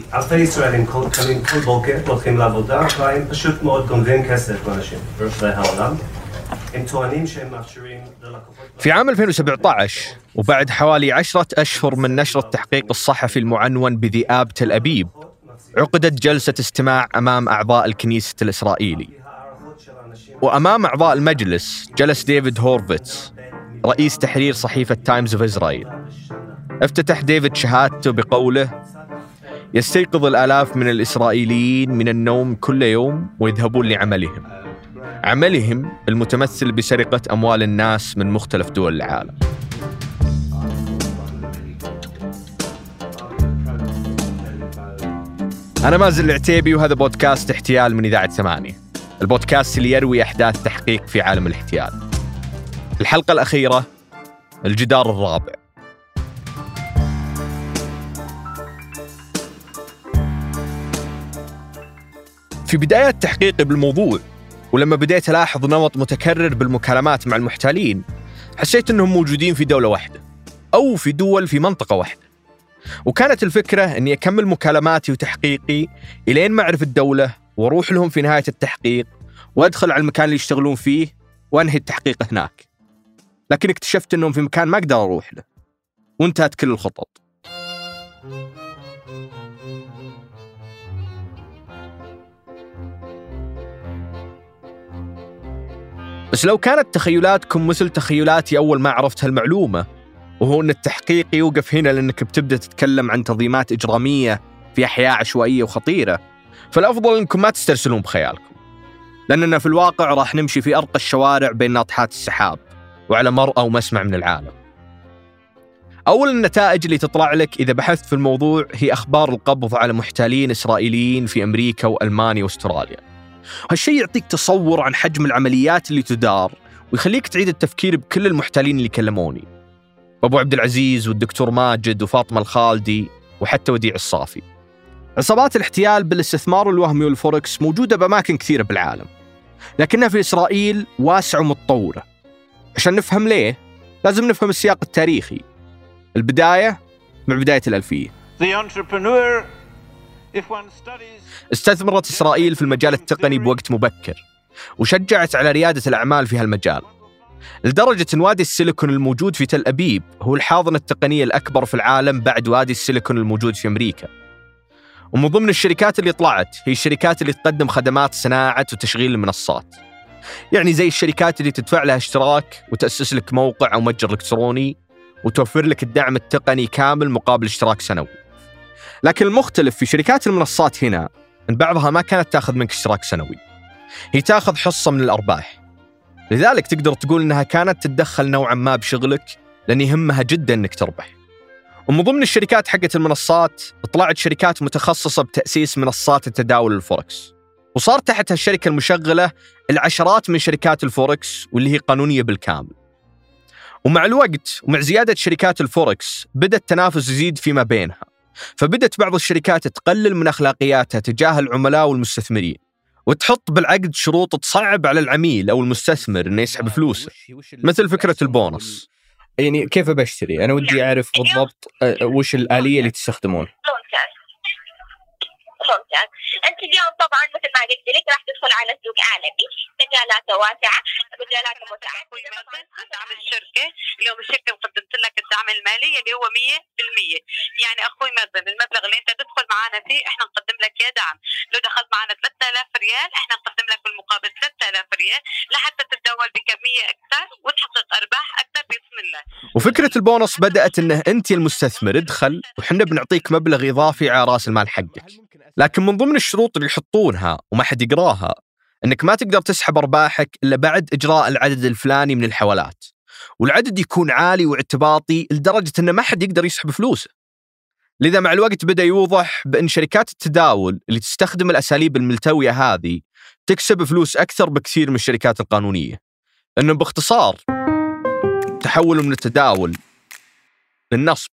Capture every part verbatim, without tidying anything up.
אלפי ישראלים קמים כל בוקר, הולכים לעבודה, והם פשוט מאוד גונבים כסף מאנשים ברחבי העולם. הם טוענים שהם מאפשרים ללקוחות... في عام ألفين وسبعة عشر وبعد حوالي عشرة أشهر من نشر التحقيق الصحفي المعنون بذئاب تل أبيب، عقدت جلسة استماع أمام أعضاء الكنيسة الإسرائيلي. وأمام أعضاء المجلس جلس ديفيد هورفيتس رئيس تحرير صحيفة تايمز أوف إسرائيل. افتتح ديفيد شهادته بقوله: يستيقظ الآلاف من الإسرائيليين من النوم كل يوم ويذهبون لعملهم عملهم المتمثل بسرقة أموال الناس من مختلف دول العالم. أنا مازن العتيبي وهذا بودكاست احتيال من إذاعة ثمانية، البودكاست اللي يروي أحداث تحقيق في عالم الاحتيال. الحلقة الأخيرة، الجدار الرابع. في بداية تحقيقي بالموضوع، ولما بديت ألاحظ نمط متكرر بالمكالمات مع المحتالين، حسيت أنهم موجودين في دولة واحدة أو في دول في منطقة واحدة. وكانت الفكرة أني أكمل مكالماتي وتحقيقي إلين ما أعرف الدولة وأروح لهم في نهاية التحقيق وأدخل على المكان اللي يشتغلون فيه وأنهي التحقيق هناك. لكن اكتشفت أنهم في مكان ما أقدر أروح له، وانتهت كل الخطط. بس لو كانت تخيلاتكم مثل تخيلاتي أول ما عرفت هالمعلومة، وهو أن التحقيق يوقف هنا لأنك بتبدأ تتكلم عن تنظيمات إجرامية في أحياء عشوائية وخطيرة، فالأفضل أنكم ما تسترسلون بخيالكم، لأننا في الواقع راح نمشي في أرقى الشوارع بين ناطحات السحاب وعلى مرأى ومسمع من العالم. أول النتائج اللي تطلع لك إذا بحثت في الموضوع هي أخبار القبض على محتالين إسرائيليين في أمريكا وألمانيا وأستراليا. هالشيء يعطيك تصور عن حجم العمليات اللي تدار، ويخليك تعيد التفكير بكل المحتالين اللي كلموني: أبو عبد العزيز والدكتور ماجد وفاطمة الخالدي وحتى وديع الصافي. عصابات الاحتيال بالاستثمار الوهمي والفوركس موجودة بأماكن كثيرة بالعالم، لكنها في إسرائيل واسعة ومتطورة. عشان نفهم ليه، لازم نفهم السياق التاريخي. البداية مع بداية الألفية. استثمرت إسرائيل في المجال التقني بوقت مبكر، وشجعت على ريادة الأعمال في هالمجال، لدرجة أن وادي السيليكون الموجود في تل أبيب هو الحاضنة التقنية الأكبر في العالم بعد وادي السيليكون الموجود في أمريكا. ومن ضمن الشركات اللي طلعت هي الشركات اللي تقدم خدمات صناعة وتشغيل المنصات، يعني زي الشركات اللي تدفع لها اشتراك وتأسس لك موقع أو متجر إلكتروني وتوفر لك الدعم التقني كامل مقابل اشتراك سنوي. لكن المختلف في شركات المنصات هنا أن بعضها ما كانت تأخذ منك اشتراك سنوي، هي تأخذ حصة من الأرباح. لذلك تقدر تقول أنها كانت تتدخل نوعا ما بشغلك، لأن يهمها جدا أنك تربح. ومن ضمن الشركات حقت المنصات طلعت شركات متخصصة بتأسيس منصات التداول الفوركس، وصار تحت هالشركة المشغلة العشرات من شركات الفوركس واللي هي قانونية بالكامل. ومع الوقت ومع زيادة شركات الفوركس بدأ التنافس يزيد فيما بينها، فبدأت بعض الشركات تقلل من أخلاقياتها تجاه العملاء والمستثمرين، وتحط بالعقد شروط تصعب على العميل أو المستثمر إنه يسحب فلوسه، مثل فكرة البونص. يعني كيف بشتري؟ أنا ودي أعرف بالضبط وش الآلية اللي تستخدمون. ممتاز. أنت اليوم طبعاً مثل ما قلت لك راح تدخل على سوق عالمي، مجالاته واسعة، مجالاته متعددة. دعم الشركة اليوم الشركة مقدمت لك الدعم المالي اللي هو مية بالمية، يعني أخوي مازن المبلغ اللي أنت تدخل معنا فيه إحنا نقدم لك يا دعم. لو دخلت معنا ثلاثة آلاف ريال إحنا نقدم لك بالمقابل ثلاثة آلاف ريال لحتى تتداول بكمية أكثر وتحقق أرباح أكثر بإذن الله. وفكرة البونص بدأت إنه أنت المستثمر ادخل وحنا بنعطيك مبلغ إضافي على رأس المال حقك. لكن من ضمن الشروط اللي يحطونها وما حد يقراها أنك ما تقدر تسحب أرباحك إلا بعد إجراء العدد الفلاني من الحوالات، والعدد يكون عالي واعتباطي لدرجة أنه ما حد يقدر يسحب فلوسه. لذا مع الوقت بدأ يوضح بأن شركات التداول اللي تستخدم الأساليب الملتوية هذه تكسب فلوس أكثر بكثير من الشركات القانونية، أنه باختصار تحولوا من التداول للنصب.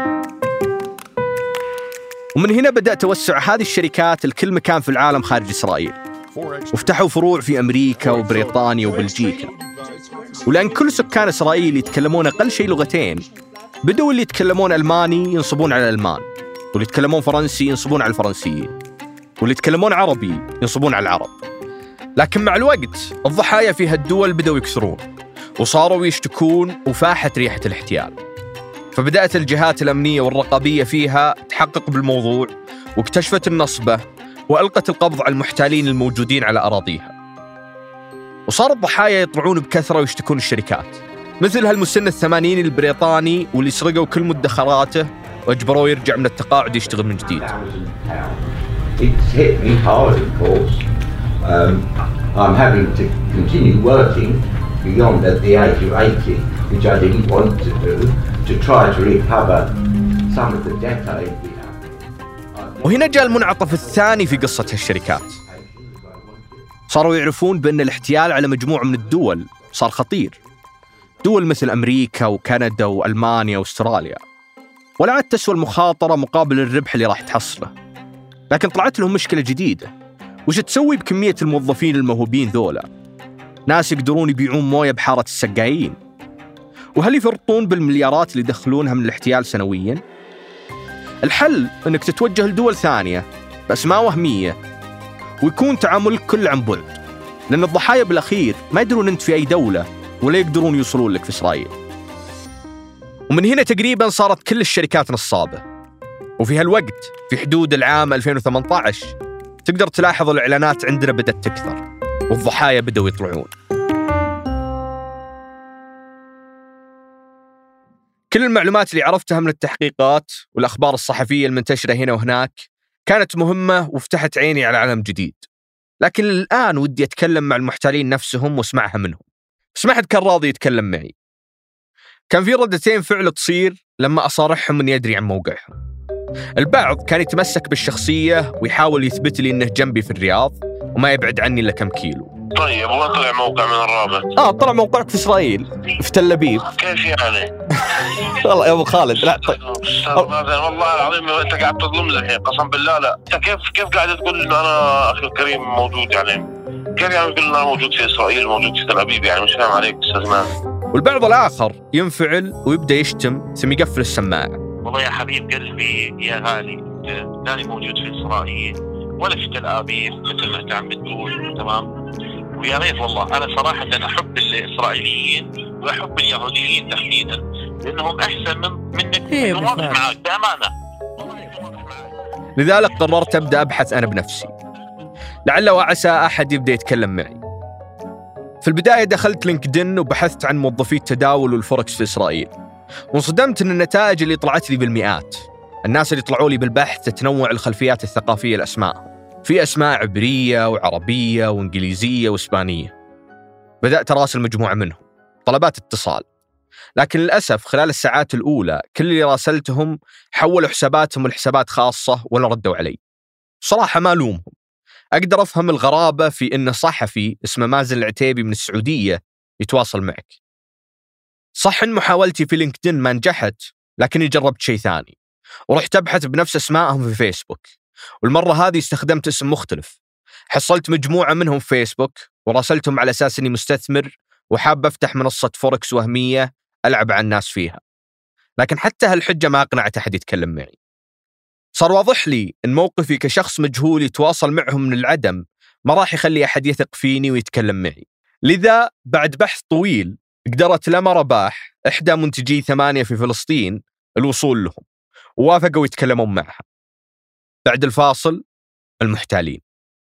ومن هنا بدأ توسع هذه الشركات لكل مكان في العالم خارج إسرائيل، وافتحوا فروع في أمريكا وبريطانيا وبلجيكا. ولأن كل سكان إسرائيل يتكلمون أقل شيء لغتين، بدوا اللي يتكلمون ألماني ينصبون على الألمان، واللي يتكلمون فرنسي ينصبون على الفرنسيين، واللي يتكلمون عربي ينصبون على العرب. لكن مع الوقت الضحايا في هالدول بدأوا يكثرون وصاروا يشتكون وفاحت ريحة الاحتيال، فبدأت الجهات الأمنية والرقابية فيها تحقق بالموضوع واكتشفت النصبة وألقت القبض على المحتالين الموجودين على أراضيها. وصار الضحايا يطلعون بكثرة ويشتكون الشركات، مثل هالمسن الثمانين البريطاني واللي سرقوا كل مدخراته واجبروه يرجع من التقاعد يشتغل من جديد. It's hit me hard, of course. Um, I'm having to continue working beyond at the age of eighty, which I didn't want to do, to try to recover some of the decade we have. وهنا جاء المنعطف الثاني في قصة هالشركات. صاروا يعرفون بأن الاحتيال على مجموعة من الدول صار خطير، دول مثل أمريكا وكندا وألمانيا وأستراليا، ولا عاد تسوى المخاطرة مقابل الربح اللي راح تحصله. لكن طلعت لهم مشكلة جديدة، وش تسوي بكمية الموظفين الموهوبين ذولا؟ ناس يقدرون يبيعون موية بحارة السقايين، وهل يفرطون بالمليارات اللي يدخلونها من الاحتيال سنوياً؟ الحل أنك تتوجه لدول ثانية بأسماء وهمية ويكون تعاملك كل عن بعد، لأن الضحايا بالأخير ما يدرون أنت في أي دولة ولا يقدرون يوصلون لك في إسرائيل. ومن هنا تقريباً صارت كل الشركات نصابة. وفي هالوقت في حدود العام ألفين وثمانية عشر تقدر تلاحظ الإعلانات عندنا بدأت تكثر والضحايا بدأوا يطلعون. كل المعلومات اللي عرفتها من التحقيقات والأخبار الصحفية المنتشرة هنا وهناك كانت مهمة وفتحت عيني على عالم جديد، لكن الآن ودي أتكلم مع المحتالين نفسهم واسمعها منهم، بس ما حد كان راضي يتكلم معي. كان في ردتين فعل تصير لما أصارحهم من يدري عن موقعهم. البعض كان يتمسك بالشخصية ويحاول يثبت لي إنه جنبي في الرياض وما يبعد عني إلا كم كيلو. طيب وين طلع موقع من الرابط؟ آه طلع موقعك في إسرائيل في تل أبيب. كيف يعني؟ والله يا أبو خالد لا طيب. والله العظيم أنت قاعد تظلمني الحين قسم بالله. لا أنت كيف كيف قاعد تقول إن أنا أخي الكريم موجود يعني؟ كيف يعني تقول إن أنا موجود في إسرائيل موجود في تل أبيب يعني؟ مش فاهم عليك أستاذ مان. والبعض الآخر ينفعل ويبدأ يشتم ثم يقفل السماعة. والله يا حبيب قلبي يا غالي لاني موجود في إسرائيل ولا في تل أبيب مثل ما أنت عم بتقول، تمام؟ ويا ريت والله أنا صراحة أحب الإسرائيليين وأحب اليهوديين تحديدا لأنهم أحسن من منك واقف معك بأمانة. لذلك قررت أبدأ أبحث أنا بنفسي، لعل وعسى أحد يبدأ يتكلم معي. في البداية دخلت لينكدين وبحثت عن موظفي التداول والفوركس في إسرائيل، وانصدمت أن النتائج اللي طلعت لي بالمئات. الناس اللي طلعوا لي بالبحث تتنوع الخلفيات الثقافية الأسماء، في أسماء عبرية وعربية وإنجليزية وإسبانية. بدأت أراسل مجموعة منهم طلبات اتصال، لكن للأسف خلال الساعات الأولى كل اللي راسلتهم حولوا حساباتهم لحسابات خاصة ولا ردوا علي. صراحة ما ألومهم، أقدر أفهم الغرابة في أن صحفي اسمه مازن العتيبي من السعودية يتواصل معك. صح إن محاولتي في لينكدين ما نجحت، لكني جربت شيء ثاني ورحت أبحث بنفس أسمائهم في فيسبوك، والمرة هذه استخدمت اسم مختلف. حصلت مجموعة منهم في فيسبوك وراسلتهم على أساس أني مستثمر وحاب أفتح منصة فوركس وهمية ألعب على الناس فيها، لكن حتى هالحجة ما أقنعت أحد يتكلم معي. صار واضح لي أن موقفي كشخص مجهول يتواصل معهم من العدم ما راح يخلي أحد يثق فيني ويتكلم معي. لذا بعد بحث طويل قدرت لما رباح إحدى منتجي ثمانية في فلسطين الوصول لهم ووافقوا يتكلمون معها. بعد الفاصل المحتالين.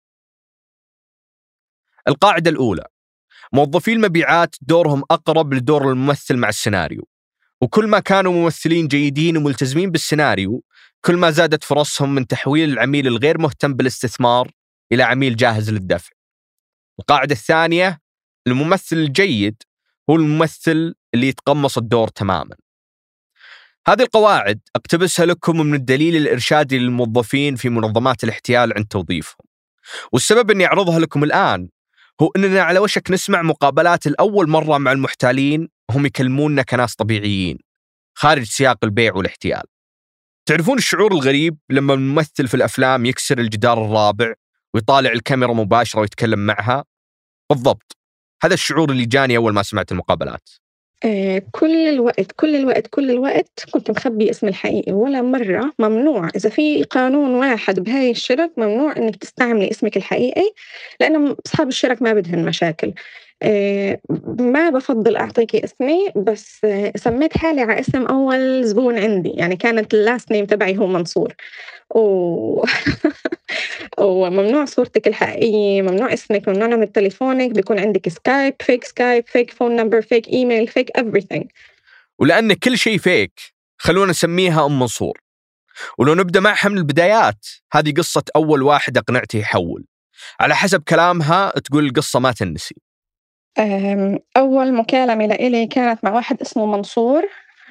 القاعدة الأولى: موظفي المبيعات دورهم أقرب لدور الممثل مع السيناريو، وكل ما كانوا ممثلين جيدين وملتزمين بالسيناريو كل ما زادت فرصهم من تحويل العميل الغير مهتم بالاستثمار إلى عميل جاهز للدفع. القاعدة الثانية: الممثل الجيد هو الممثل اللي يتقمص الدور تماما. هذه القواعد اقتبسها لكم من الدليل الإرشادي للموظفين في منظمات الاحتيال عند توظيفهم، والسبب أني أعرضها لكم الآن هو أننا على وشك نسمع مقابلات الأول مرة مع المحتالين هم يكلموننا كناس طبيعيين خارج سياق البيع والاحتيال. تعرفون الشعور الغريب لما الممثل في الأفلام يكسر الجدار الرابع ويطالع الكاميرا مباشرة ويتكلم معها؟ بالضبط هذا الشعور اللي جاني أول ما سمعت المقابلات. آه، كل الوقت كل الوقت كل الوقت كنت مخبي اسمي الحقيقي، ولا مرة ممنوع. إذا في قانون واحد بهاي الشرك ممنوع إنك تستعملي اسمك الحقيقي، لأن أصحاب الشرك ما بدهن مشاكل. آه، ما بفضل أعطيكي اسمي، بس آه، سميت حالي على اسم أول زبون عندي، يعني كانت اللاست نيم تبعي هو منصور. و... وممنوع صورتك الحقيقية، ممنوع اسمك، ممنوع نمرة تليفونك، بيكون عندك سكايب، فيك سكايب، فيك فون نمبر، فيك ايميل، فيك everything. ولأن كل شيء فيك خلونا نسميها أم منصور. ولو نبدأ معها من البدايات، هذه قصة أول واحد أقنعته يحول. على حسب كلامها تقول القصة ما تنسي. أول مكالمة لإلي كانت مع واحد اسمه منصور.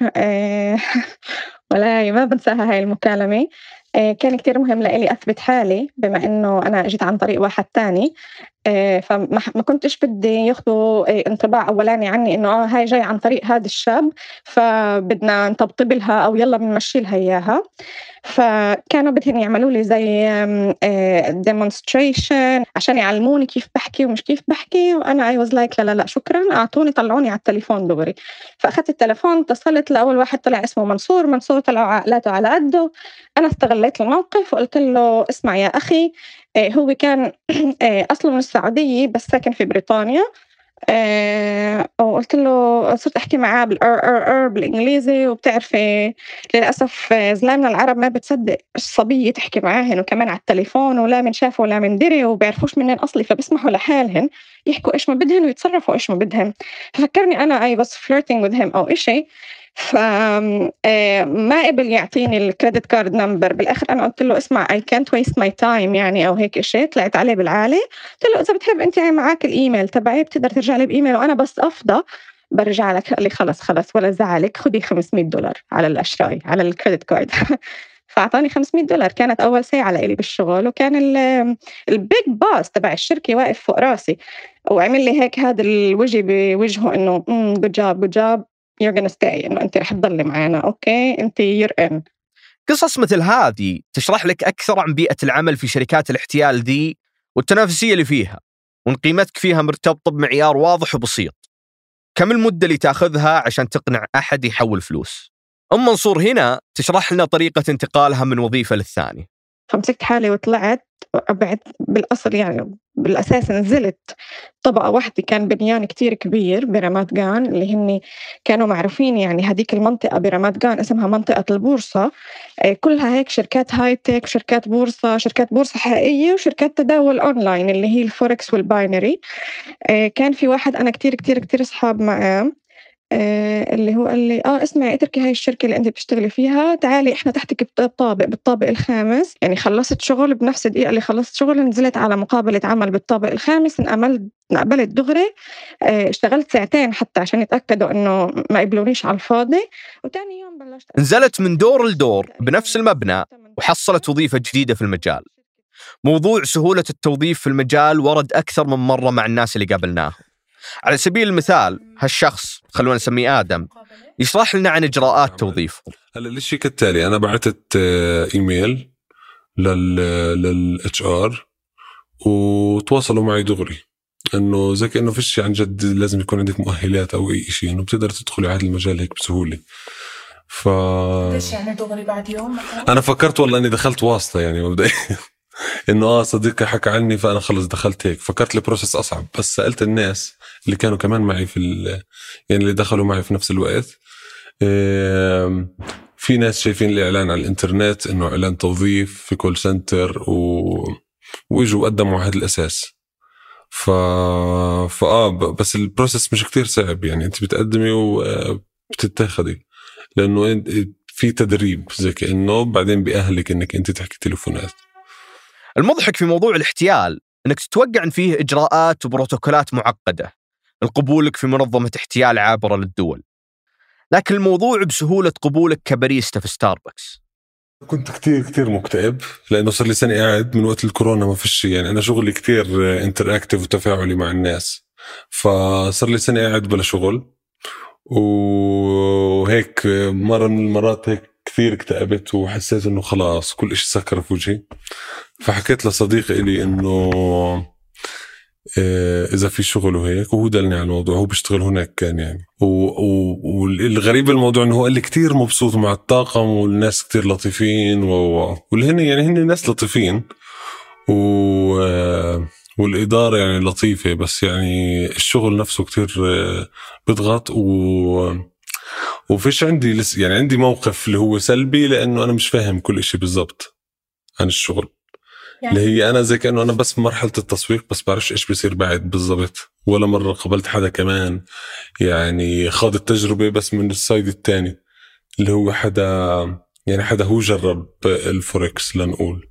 ولا ما بنساها هاي المكالمة. كان كتير مهم لإلي أثبت حالي، بما إنه أنا أجيت عن طريق واحد تاني. فما ما كنتش بدي ياخدوا انطباع أولاني عني إنه آه هاي جاي عن طريق هذا الشاب، فبدنا نطبطب لها أو يلا بنمشي لها إياها. فكانوا بدهم يعملوا لي زي demonstration عشان يعلموني كيف بحكي ومش كيف بحكي، وأنا I was like لا لا لا شكرا، أعطوني طلعوني على التليفون دغري. فأخذت التليفون، اتصلت لأول واحد طلع اسمه منصور. منصور طلع عقلاته على قده. أنا استغليت الموقف وقلت له اسمع يا أخي، هو كان أصله من السعودية بس ساكن في بريطانيا. أه وقلت له صرت أحكي معاه بالأر أر أر بالإنجليزي، وبتعرفي للأسف زلامنا العرب ما بتصدق الصبية تحكي معاهن وكمان على التليفون، ولا من شافوا ولا من دري وبيعرفوش منين أصلي، فبسمحوا لحالهن يحكوا إيش ما بدهن ويتصرفوا إيش ما بدهن. ففكرني أنا I was flirting with him أو إشي. فما قبل يعطيني الكريدت كارد نمبر. بالآخر أنا قلت له اسمع I can't waste my time يعني أو هيك إشي. طلعت عليه بالعالي، قلت له إذا بتحب أنت معك الإيميل تبعي بتقدر ترجع لي بإيميل وأنا بس أفضى برجع لك. قال لي خلص خلص ولا زعلك، خدي خمسمية دولار على الأشراي على الكريدت كارد. فأعطاني خمسمية دولار. كانت أول ساعة لإلي بالشغل، وكان البيج باس تبع الشركة واقف فوق راسي وعمل لي هيك هذا الوجه بوجهه إنه good job good job you're gonna stay، إنه أنت رح تضلي معنا، أوكي أنت you're in. قصص مثل هذه تشرح لك أكثر عن بيئة العمل في شركات الاحتيال دي والتنافسية اللي فيها، وإن قيمتك فيها مرتبطة بمعيار واضح وبسيط. كم المدة اللي تأخذها عشان تقنع أحد يحول فلوس؟ أم منصور هنا تشرح لنا طريقة انتقالها من وظيفة للثانية. فمسكت حالي وطلعت بعد بالأصل، يعني بالأساس نزلت طبقة واحدة. كان بنيان كتير كبير برمات جان اللي هني كانوا معروفين، يعني هديك المنطقة برمات جان اسمها منطقة البورصة. كلها هيك شركات هاي تك، شركات بورصة، شركات بورصة حقيقية، وشركات تداول أونلاين اللي هي الفوركس والباينري. كان في واحد أنا كتير كتير كتير أصحاب معاه آه اللي هو قال لي اه اسمعي اتركي هاي الشركة اللي انت بتشتغلي فيها، تعالي احنا تحتك بالطابق بالطابق الخامس. يعني خلصت شغل بنفس الدقيقة اللي خلصت شغل نزلت على مقابلة عمل بالطابق الخامس، انقبلت انقبلت دغري. آه اشتغلت ساعتين حتى عشان يتأكدوا انه ما يقبلونيش على الفاضي، وتاني يوم بلشت نزلت من دور لدور بنفس المبنى وحصلت وظيفة جديدة في المجال. موضوع سهولة التوظيف في المجال ورد أكثر من مرة مع الناس اللي قابلناهم. على سبيل المثال هالشخص خلونا نسميه آدم يشرح لنا عن إجراءات توظيفه. هلا الشيء كالتالي، أنا بعثت إيميل لل للإتش آر وتواصلوا معي دغري إنه زي كأنه فيش عن جد لازم يكون عندك مؤهلات أو أي شيء، إنه بتقدر تدخلي هذا المجال هيك بسهولة. ف ليش يعني دغري بعد يوم؟ أنا فكرت والله إني دخلت واسطة يعني مبدئيا إنه آه صديقي حكى عني فأنا خلص دخلت هيك. فكرت البروسيس أصعب، بس سألت الناس اللي كانوا كمان معي في يعني اللي دخلوا معي في نفس الوقت. في ناس شايفين الإعلان على الإنترنت إنه إعلان توظيف في كول سنتر و... ويجوا قدموا هذا الأساس. ف... فآه بس البروسيس مش كتير صعب، يعني أنت بتقدمي وبتتاخدي، لأنه في تدريب زي كأنه بعدين بأهلك إنك أنت تحكي تليفونات. المضحك في موضوع الاحتيال أنك تتوقع أن فيه إجراءات وبروتوكولات معقدة لقبولك في منظمة احتيال عابرة للدول، لكن الموضوع بسهولة قبولك كباريستا في ستاربكس. كنت كتير كتير مكتئب لأنه صار لي سنة قاعد من وقت الكورونا، ما فيش يعني أنا شغلي كتير انتراكتيف وتفاعلي مع الناس، فصار لي سنة قاعد بلا شغل. وهيك مرة من المرات هيك كثير اكتئبت وحسيت إنه خلاص كل إشي سكر في وجهي. فحكيت لصديقي إلي إنه إذا في شغل وهيك، وهو دلني على الموضوع. هو بيشتغل هناك كان يعني، والغريب بالموضوع إنه هو قال لي كتير مبسوط مع الطاقم والناس كتير لطيفين، والهن يعني هن ناس لطيفين و... والإدارة يعني لطيفة، بس يعني الشغل نفسه كتير بضغط و... وفيش عندي لس... يعني عندي موقف اللي هو سلبي، لأنه أنا مش فاهم كل إشي بالضبط عن الشغل يعني. اللي هي أنا زي كأنه أنا بس بمرحلة التسويق، بس بعرفش إيش بيصير بعد بالضبط. ولا مرة قبلت حدا كمان يعني خاض التجربة بس من السايد التاني، اللي هو حدا يعني حدا هو جرب الفوركس لنقول،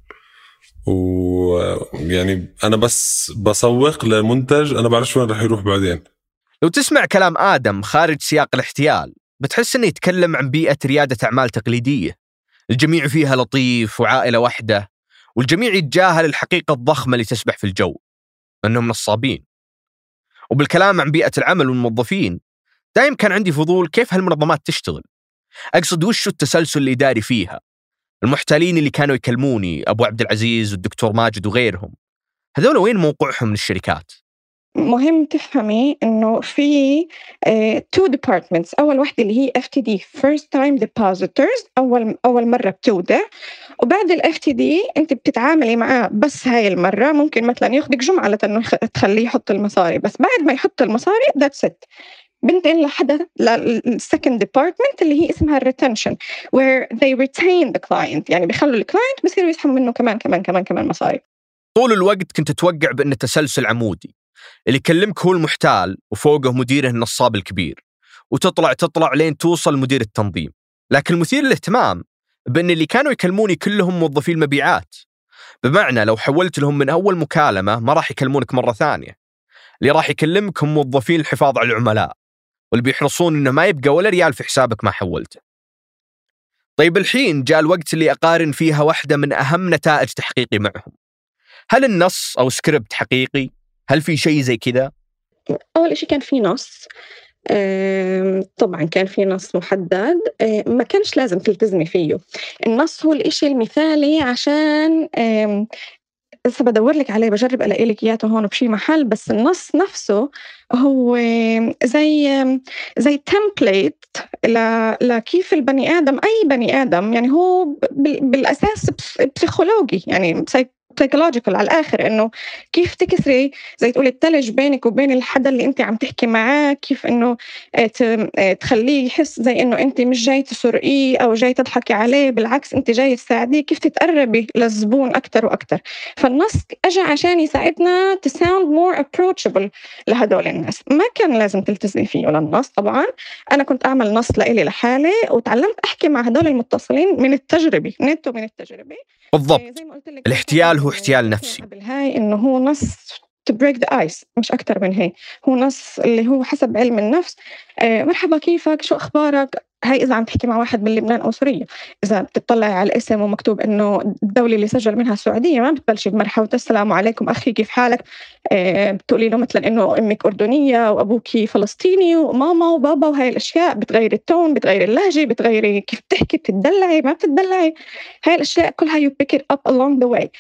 ويعني أنا بس بسوق لمنتج أنا بعرفش وين رح يروح بعدين. لو تسمع كلام آدم خارج سياق الاحتيال بتحس إنه يتكلم عن بيئة ريادة أعمال تقليدية، الجميع فيها لطيف وعائلة واحدة، والجميع يتجاهل الحقيقة الضخمة اللي تسبح في الجو، أنهم نصابين. وبالكلام عن بيئة العمل والموظفين دائم كان عندي فضول كيف هالمنظمات تشتغل. أقصد وش التسلسل الإداري فيها. المحتالين اللي كانوا يكلموني أبو عبد العزيز والدكتور ماجد وغيرهم، هذول وين موقعهم من الشركات؟ مهم تفهمي إنه في uh, two departments. أول واحدة اللي هي إف تي دي First Time Depositors، أول أول مرة بتودع، وبعد ال إف تي دي أنت بتتعاملي معاه بس هاي المرة، ممكن مثلا ياخدك جمعة لأنه تخليه يحط المصاري، بس بعد ما يحط المصاري that's it بنتقل لحدا للسكند ديبارتمنت اللي هي اسمها الريتنشن where they retain the client، يعني بيخلوا الكلاينت بيصيروا يسحبوا منه كمان كمان كمان كمان مصاري. طول الوقت كنت أتوقع بأن التسلسل عمودي، اللي يكلمك هو المحتال وفوقه مديره النصاب الكبير، وتطلع تطلع لين توصل مدير التنظيم. لكن المثير للاهتمام بأن اللي كانوا يكلموني كلهم موظفي المبيعات، بمعنى لو حولت لهم من أول مكالمة ما راح يكلمونك مرة ثانية. اللي راح يكلمك هم موظفين الحفاظ على العملاء، واللي بيحرصون إنه ما يبقى ولا ريال في حسابك ما حولته. طيب الحين جاء الوقت اللي أقارن فيها واحدة من أهم نتائج تحقيقي معهم. هل النص أو سكريبت حقيقي؟ هل في شيء زي كذا؟ أول شيء كان في نص، طبعا كان في نص محدد، ما كانش لازم تلتزمي فيه. النص هو الإشي المثالي عشان لسه بدور لك عليه، بجرب ألاقي لك إياه هون بشي محل، بس النص نفسه هو زي زي تمبليت لكيف البني آدم، أي بني آدم يعني هو بالأساس بسيكولوجي، يعني psychological على الآخر، إنه كيف تكسري زي تقولي التلج بينك وبين الحدا اللي أنت عم تحكي معاه، كيف إنه تخليه يحس زي إنه أنت مش جاي تسرقيه أو جاي تضحكي عليه، بالعكس أنت جاي تساعديه، كيف تتقربي للزبون أكتر وأكتر. فالنص أجا عشان يساعدنا to sound more approachable لهدول الناس. ما كان لازم تلتزمي فيه ولا النص طبعا. أنا كنت أعمل نص لإلي لحالي، وتعلمت أحكي مع هدول المتصلين من التجربة، نتو من التجربة بالضبط. الاحتيال هو احتيال نفسي. بالهاي إنه هو نص to break the ice، مش أكتر من هي. هو نص اللي هو حسب علم النفس. آه مرحبا، كيفك، شو أخبارك. هاي إذا عم تحكي مع واحد من لبنان أو سوريا، إذا بتطلعي على الاسم ومكتوب إنه الدولة اللي سجل منها السعودية، ما بتبلشي بمرحبا السلام عليكم أخي كيف حالك. آه بتقولي له مثلا إنه أمك أردنية وأبوكي فلسطيني وماما وبابا، وهاي الأشياء بتغيري التون، بتغيري اللهجة، بتغيري كيف بتحكي، بتدلعي ما بتدلعي. هاي الأشياء كلها you pick it up along the way.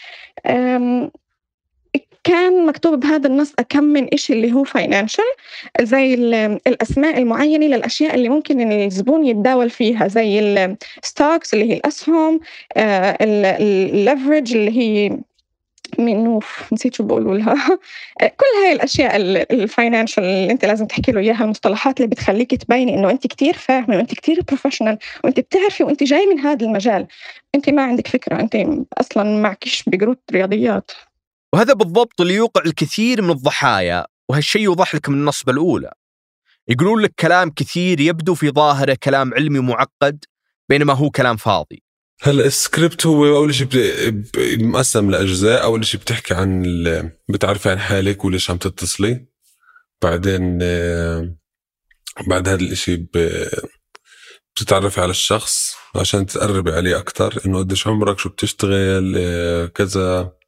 كان مكتوب بهذا النص أكم من إشي اللي هو financial، زي الأسماء المعينة للأشياء اللي ممكن الزبون يتداول فيها، زي الستوكس اللي هي الأسهم، الليفرج اللي هي منو نسيت شو بقولوا لها. كل هاي الأشياء الفاينانشال اللي أنت لازم تحكي له إياها، المصطلحات اللي بتخليك تبيني إنه أنت كتير فاهمة وأنت كتير بروفيشنال وأنت بتعرفي وأنت جاي من هذا المجال. أنت ما عندك فكرة، أنت أصلاً معكش بقروت رياضيات. وهذا بالضبط اللي يوقع الكثير من الضحايا، وهالشيء يوضح لك من النصب الأولى. يقولون لك كلام كثير يبدو في ظاهره كلام علمي معقد، بينما هو كلام فاضي. هلا السكريبت هو أول شيء مقسم لأجزاء. أول شيء بتحكي عن بتعرفي عن حالك وليش عم تتصلي، بعدين بعد هذا الاشي بتتعرفي على الشخص عشان تقربي عليه أكتر، إنه قديش عمرك، شو بتشتغل، كذا،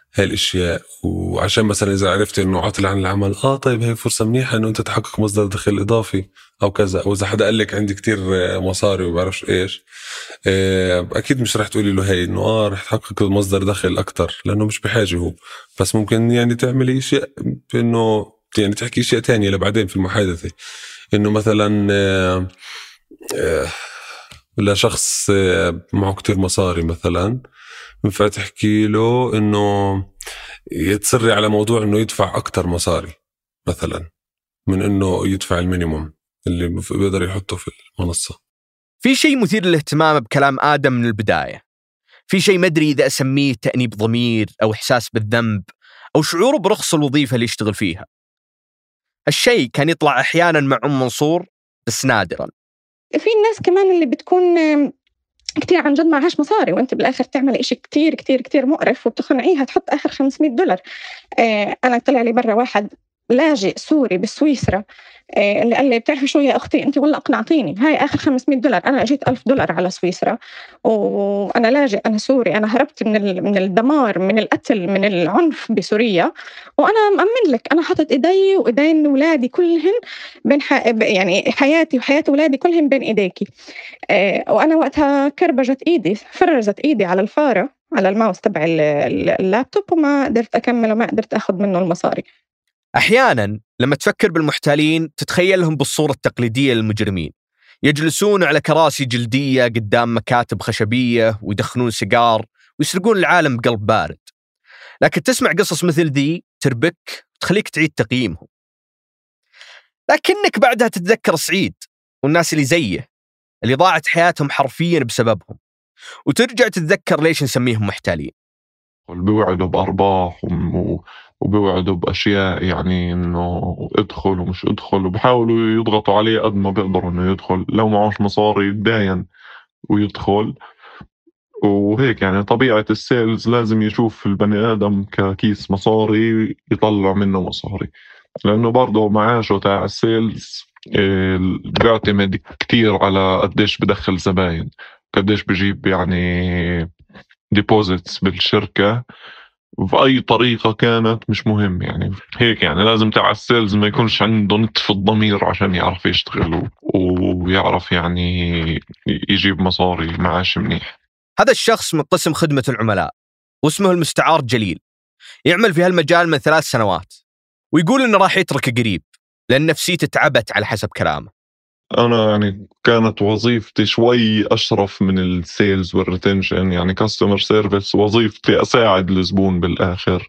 هاي الاشياء. وعشان مثلا اذا عرفت انه عطل عن العمل، اه طيب هي فرصه منيحه انه انت تحقق مصدر دخل اضافي او كذا. او اذا حدا قال لك عندي كتير مصاري وبعرفش ايش، اكيد مش رح تقولي له هي انه اه رح تحقق مصدر دخل اكتر، لانه مش بحاجه هو. بس ممكن يعني تعملي اشياء انه يعني تحكي اشياء تانية لبعدين في المحادثه، انه مثلا آه آه لشخص آه معه كتير مصاري مثلا، ينفع تحكي له انه يتصري على موضوع انه يدفع اكتر مصاري مثلا من انه يدفع المينيموم اللي بيقدر يحطه في المنصة. في شيء مثير للاهتمام بكلام آدم من البداية، في شيء مدري إذا أسميه تأنيب ضمير أو إحساس بالذنب أو شعوره برخص الوظيفة اللي يشتغل فيها. الشيء كان يطلع أحيانا مع أم منصور بس نادرا. في الناس كمان اللي بتكون كتير عن جد معهاش مصاري، وانت بالاخر تعمل إشي كتير كتير كتير مقرف وبتقنعيها تحط اخر خمسمية دولار. آه انا طلع لي برا واحد لاجئ سوري بسويسرا، آه اللي قال لي بتعرفي شو يا اختي، انت والله اقنعتيني، هاي اخر خمسمية دولار، انا اجيت ألف دولار على سويسرا وانا لاجئ، انا سوري، انا هربت من من الدمار، من القتل، من العنف بسوريا، وانا مأمن لك، انا حطت ايدي وايدين اولادي كلهن بين ح... يعني حياتي وحياه اولادي كلهم بين ايديكي. آه وانا وقتها كربجت ايدي، فرزت ايدي على الفاره على الماوس تبع اللابتوب، وما قدرت اكمل وما قدرت اخذ منه المصاري. أحياناً لما تفكر بالمحتالين تتخيلهم بالصورة التقليدية للمجرمين، يجلسون على كراسي جلدية قدام مكاتب خشبية ويدخنون سيجار ويسرقون العالم بقلب بارد. لكن تسمع قصص مثل ذي تربك وتخليك تعيد تقييمهم. لكنك بعدها تتذكر سعيد والناس اللي زيه اللي ضاعت حياتهم حرفياً بسببهم، وترجع تتذكر ليش نسميهم محتالين. بيوعدوا بأرباح وبيوعدوا بأشياء، يعني إنه ادخل ومش ادخل، وبحاولوا يضغطوا عليه قد ما بيقدروا إنه يدخل، لو معوش مصاري يتداين ويدخل وهيك. يعني طبيعة السيلز لازم يشوف البني آدم ككيس مصاري يطلع منه مصاري، لأنه برضه معاشه تاع السيلز بيعتمد كتير على قديش بدخل زباين، قديش بجيب يعني ديبوزيتس بالشركة بأي طريقة كانت، مش مهم يعني هيك. يعني لازم تاع السيلز ما يكونش عنده نتف الضمير عشان يعرف يشتغل ويعرف يعني يجيب مصاري معاش منيح. هذا الشخص من قسم خدمة العملاء واسمه المستعار جليل، يعمل في هالمجال من ثلاث سنوات، ويقول إنه راح يترك قريب لأن نفسيته تعبت على حسب كلامه. أنا يعني كانت وظيفتي شوي أشرف من السيلز والريتنشن، يعني كاستمر سيرفيس، وظيفتي أساعد الزبون بالآخر.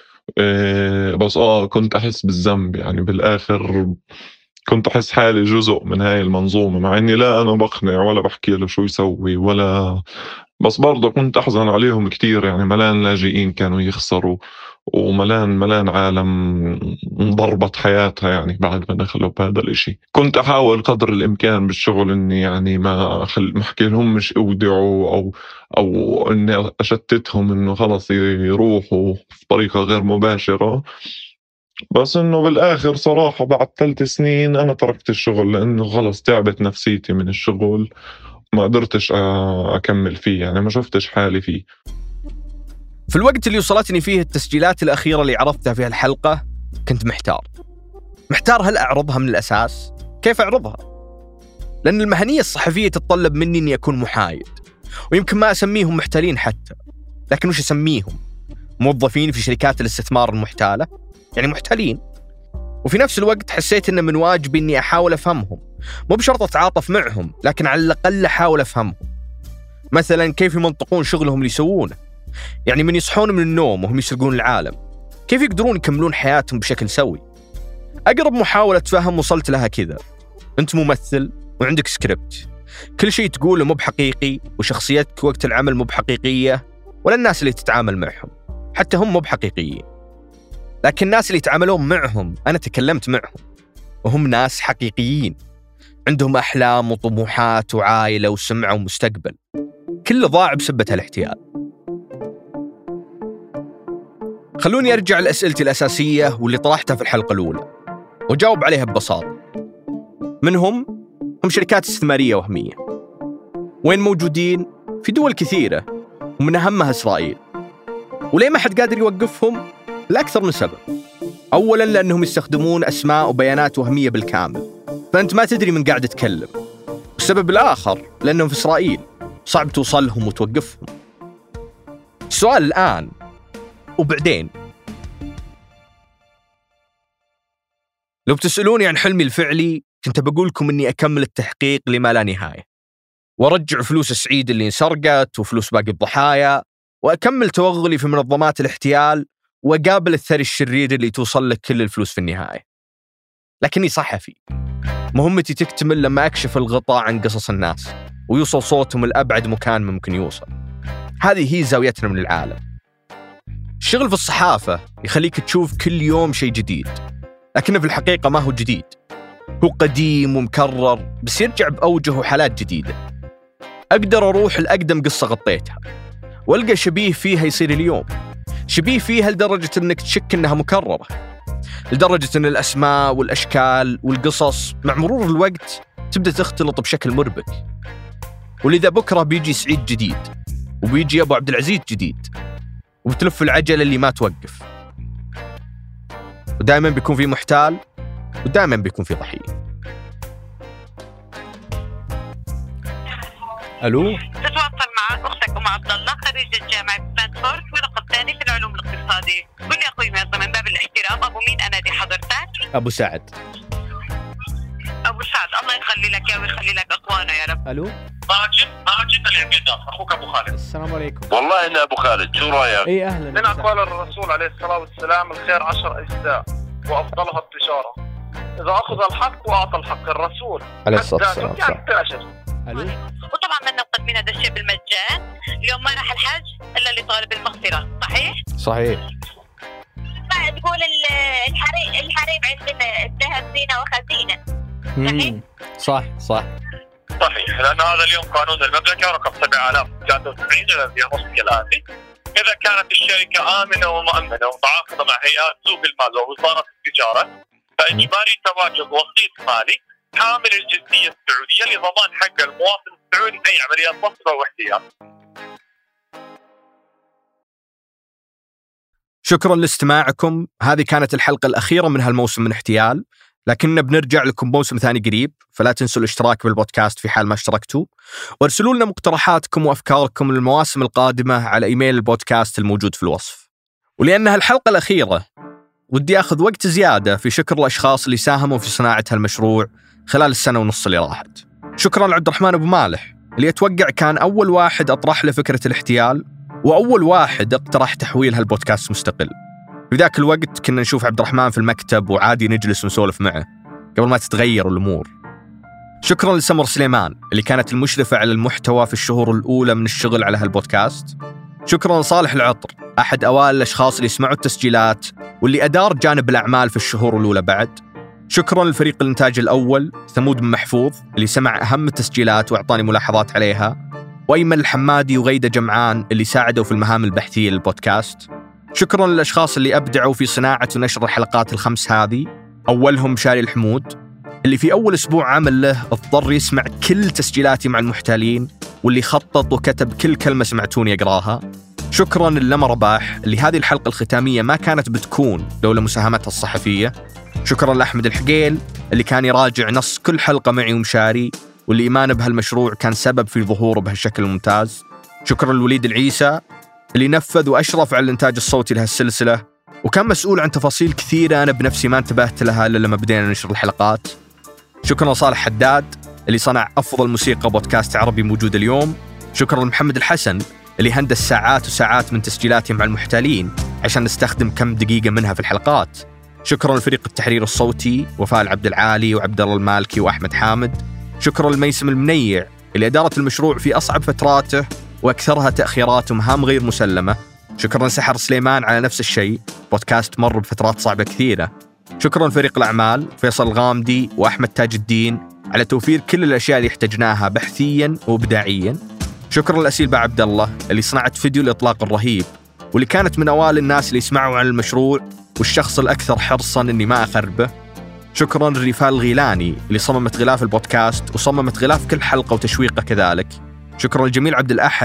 إيه بس آه كنت أحس بالذنب، يعني بالآخر كنت أحس حالي جزء من هاي المنظومة، مع إني لا أنا بقنع ولا بحكي له شو يسوي ولا، بس برضه كنت أحزن عليهم كتير. يعني ملان لاجئين كانوا يخسروا، وملان ملان عالم انضربت حياتها يعني بعد ما دخلوا بهذا الاشي. كنت أحاول قدر الإمكان بالشغل إني يعني ما أخل ما أحكي لهم مش أودعوا أو أو إني أشتتهم إنه خلص يروحوا في طريقة غير مباشرة. بس إنه بالآخر صراحة بعد ثلاث سنين أنا تركت الشغل، لأنه خلص تعبت نفسيتي من الشغل، ما قدرتش أكمل فيه، يعني ما شفتش حالي فيه. في الوقت اللي وصلتني فيه التسجيلات الأخيرة اللي عرضتها في الحلقة كنت محتار محتار هل أعرضها من الأساس؟ كيف أعرضها؟ لأن المهنية الصحفية تتطلب مني أني أكون محايد، ويمكن ما أسميهم محتالين حتى، لكن وش أسميهم؟ موظفين في شركات الاستثمار المحتالة؟ يعني محتالين. وفي نفس الوقت حسيت أن من واجبي أني أحاول أفهمهم، مو بشرط أتعاطف معهم، لكن على الأقل أحاول أفهمهم. مثلا كيف يمنطقون شغلهم اللي يسوونه، يعني من يصحون من النوم وهم يسرقون العالم، كيف يقدرون يكملون حياتهم بشكل سوي؟ أقرب محاولة فهم وصلت لها كذا: أنت ممثل وعندك سكريبت، كل شيء تقوله مو بحقيقي، وشخصيتك وقت العمل مو بحقيقية، ولا الناس اللي تتعامل معهم حتى هم مو بحقيقيين. لكن الناس اللي يتعاملون معهم أنا تكلمت معهم، وهم ناس حقيقيين، عندهم أحلام وطموحات وعائلة وسمعة ومستقبل، كله ضاع بسبة الاحتيال. خلوني أرجع لأسئلتي الأساسية واللي طرحتها في الحلقة الأولى وجاوب عليها ببساطة. من هم؟ هم شركات استثمارية وهمية. وين موجودين؟ في دول كثيرة ومن أهمها إسرائيل. وليه ما حد قادر يوقفهم؟ لأكثر من سبب. أولاً لأنهم يستخدمون أسماء وبيانات وهمية بالكامل، فأنت ما تدري من قاعد يتكلم. السبب الآخر لأنهم في إسرائيل، صعب توصلهم وتوقفهم. السؤال الآن وبعدين، لو بتسألوني عن حلمي الفعلي كنت بقولكم أني أكمل التحقيق لما لا نهاية، وأرجع فلوس سعيد اللي انسرقت وفلوس باقي الضحايا، وأكمل توغلي في منظمات الاحتيال، وأقابل الثري الشرير اللي توصل لك كل الفلوس في النهاية. لكني صحفي، مهمتي تكتمل لما أكشف الغطاء عن قصص الناس ويوصل صوتهم لأبعد مكان ممكن يوصل. هذه هي زاويتنا من العالم. الشغل في الصحافة يخليك تشوف كل يوم شيء جديد، لكنه في الحقيقة ما هو جديد، هو قديم ومكرر بس يرجع بأوجه وحالات جديدة. أقدر أروح لأقدم قصة غطيتها وألقى شبيه فيها يصير اليوم، شبيه فيها لدرجة أنك تشك أنها مكررة، لدرجة أن الأسماء والأشكال والقصص مع مرور الوقت تبدأ تختلط بشكل مربك. ولذا بكرة بيجي سعيد جديد، وبيجي أبو عبد العزيز جديد، وبتلف العجلة اللي ما توقف، ودائما بيكون في محتال، ودائما بيكون في ضحية. ألو؟ تتواصل مع أختك أم عبد الله خريجة جامعة ستانفورد ولقب ثاني في العلوم الاقتصادية. قل لي أخوي مازن من باب الاحترام، أبو مين أنا دي حضرتك؟ أبو سعد. أبو سعد، الله يخلي لك يا ويخلي لك أخوانه يا رب. ألو؟ ماجد ماجد العقيدة، أخوك أبو خالد. السلام عليكم. والله إن أبو خالد، شو رأيك؟ إيه أهلا. من أقوال الرسول عليه الصلاة والسلام: الخير عشر أجزاء وأفضلها التجارة. إذا أخذ الحق وأعطى الحق الرسول عليه الصلاة والسلام. ألو؟ وطبعا ما مقدمين هذا الشيء بالمجان. اليوم ما راح الحج إلا لطالب المغفرة، صحيح؟ صحيح. ما تقول الحريم الحريم عندنا الذهب زينة وخزينة، صحيح؟ صح صح صحيح، لأن هذا اليوم قانون المملكة رقم سبعة آلاف وثلاثة وتسعين الذي ينص كالآتي: إذا كانت الشركة آمنة ومؤمنة ومتعاقدة مع هيئات سوق المال ووزارة التجارة، فإجباري تواجد وسيط مالي حامل الجنسية السعودية لضمان حق المواطن السعودي أي عمليات نصب أو احتيال. شكرا لاستماعكم. هذه كانت الحلقة الأخيرة من هالموسم من احتيال، لكننا بنرجع لكم موسم ثاني قريب، فلا تنسوا الاشتراك بالبودكاست في حال ما اشتركتوا، وارسلوا لنا مقترحاتكم وأفكاركم للمواسم القادمة على إيميل البودكاست الموجود في الوصف. ولأنها الحلقة الأخيرة ودي أخذ وقت زيادة في شكر الأشخاص اللي ساهموا في صناعة هالمشروع خلال السنة ونص اللي راحت. شكرا لعبد الرحمن أبو مالح اللي أتوقع كان أول واحد أطرح له فكرة الاحتيال، وأول واحد اقترح تحويل هالبودكاست مستقل. في ذاك الوقت كنا نشوف عبد الرحمن في المكتب وعادي نجلس ونسولف معه قبل ما تتغير الأمور. شكرا لسمر سليمان اللي كانت المشرفة على المحتوى في الشهور الأولى من الشغل على هالبودكاست. شكرا لصالح العطر أحد أوائل الأشخاص اللي سمعوا التسجيلات واللي أدار جانب الأعمال في الشهور الأولى بعد. شكرا لفريق الإنتاج الأول ثمود بن محفوظ اللي سمع أهم التسجيلات وأعطاني ملاحظات عليها، وأيمن الحمادي وغيدة جمعان اللي ساعدوا في المهام البحثية للبودكاست. شكرا للأشخاص اللي أبدعوا في صناعة ونشر الحلقات الخمس هذه، أولهم شاري الحمود اللي في أول أسبوع عمل له اضطر يسمع كل تسجيلاتي مع المحتالين، واللي خطط وكتب كل كلمة سمعتوني أقراها. شكرا للما رباح اللي هذه الحلقة الختامية ما كانت بتكون لولا مساهمتها الصحفية. شكرا لأحمد الحقيل اللي كان يراجع نص كل حلقة معي ومشاري، واللي إيمانه بهالمشروع كان سبب في ظهوره بهالشكل الممتاز. شكرا لوليد العيسى اللي نفذ وأشرف على الإنتاج الصوتي لهالسلسلة، وكان مسؤول عن تفاصيل كثيرة أنا بنفسي ما انتبهت لها إلا لما بدينا نشر الحلقات. شكرا لصالح حداد اللي صنع أفضل موسيقى بودكاست عربي موجود اليوم. شكرا لمحمد الحسن اللي هندس ساعات وساعات من تسجيلاتي مع المحتالين عشان نستخدم كم دقيقة منها في الحلقات. شكرا لفريق التحرير الصوتي وفاء العبد العالي وعبد الله المالكي وأحمد حامد. شكرا لميسم المنيع اللي أدارت المشروع في أصعب فتراته وأكثرها تأخيرات ومهام غير مسلمة. شكرا لسحر سليمان على نفس الشيء، بودكاست مر بفترات صعبة كثيرة. شكرا لفريق الأعمال فيصل الغامدي وأحمد تاج الدين على توفير كل الأشياء اللي احتجناها بحثيا وإبداعيا. شكرا لأسيل با عبد الله اللي صنعت فيديو الإطلاق الرهيب، واللي كانت من أوائل الناس اللي يسمعوا عن المشروع والشخص الأكثر حرصا إني ما أخربه. شكرا لريفال الغيلاني اللي صممت غلاف البودكاست وصممت غلاف كل حلقة وتشويقه كذلك. شكرا لجميل عبد الأحد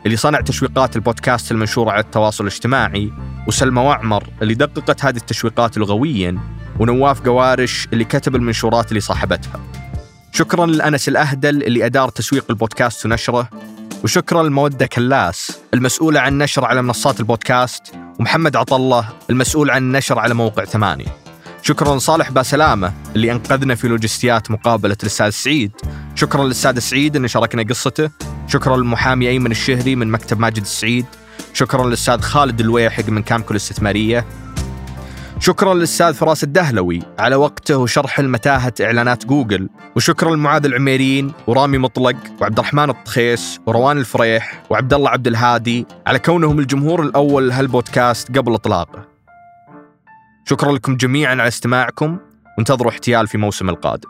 اللي صنع تشويقات البودكاست المنشورة على التواصل الاجتماعي، وسلمى وعمر اللي دققت هذه التشويقات لغوياً، ونواف قوارش اللي كتب المنشورات اللي صاحبتها. شكراً لأنس الأهدل اللي أدار تسويق البودكاست ونشره، وشكراً لمودة كلاس المسؤولة عن النشر على منصات البودكاست، ومحمد عطلة المسؤول عن النشر على موقع ثمانية. شكراً لصالح باسلامة اللي أنقذنا في لوجستيات مقابلة الأستاذ سعيد. شكراً للأستاذ سعيد أن شاركنا قصته. شكراً للمحامي أيمن الشهري من مكتب ماجد السعيد. شكراً للأستاذ خالد الويحق من كامكو الاستثمارية. شكراً للأستاذ فراس الدهلوي على وقته وشرح المتاهة إعلانات جوجل. وشكراً لمعاذ العميرين ورامي مطلق وعبد الرحمن الطخيس وروان الفريح وعبد الله عبد الهادي على كونهم الجمهور الأول لهالبودكاست قبل إطلاقه. شكراً لكم جميعاً على استماعكم، وانتظروا احتيال في موسم القادم.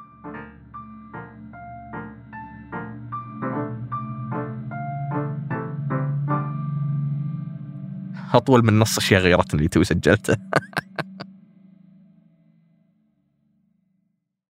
أطول من نص أشياء غيرتني اللي توي سجلته.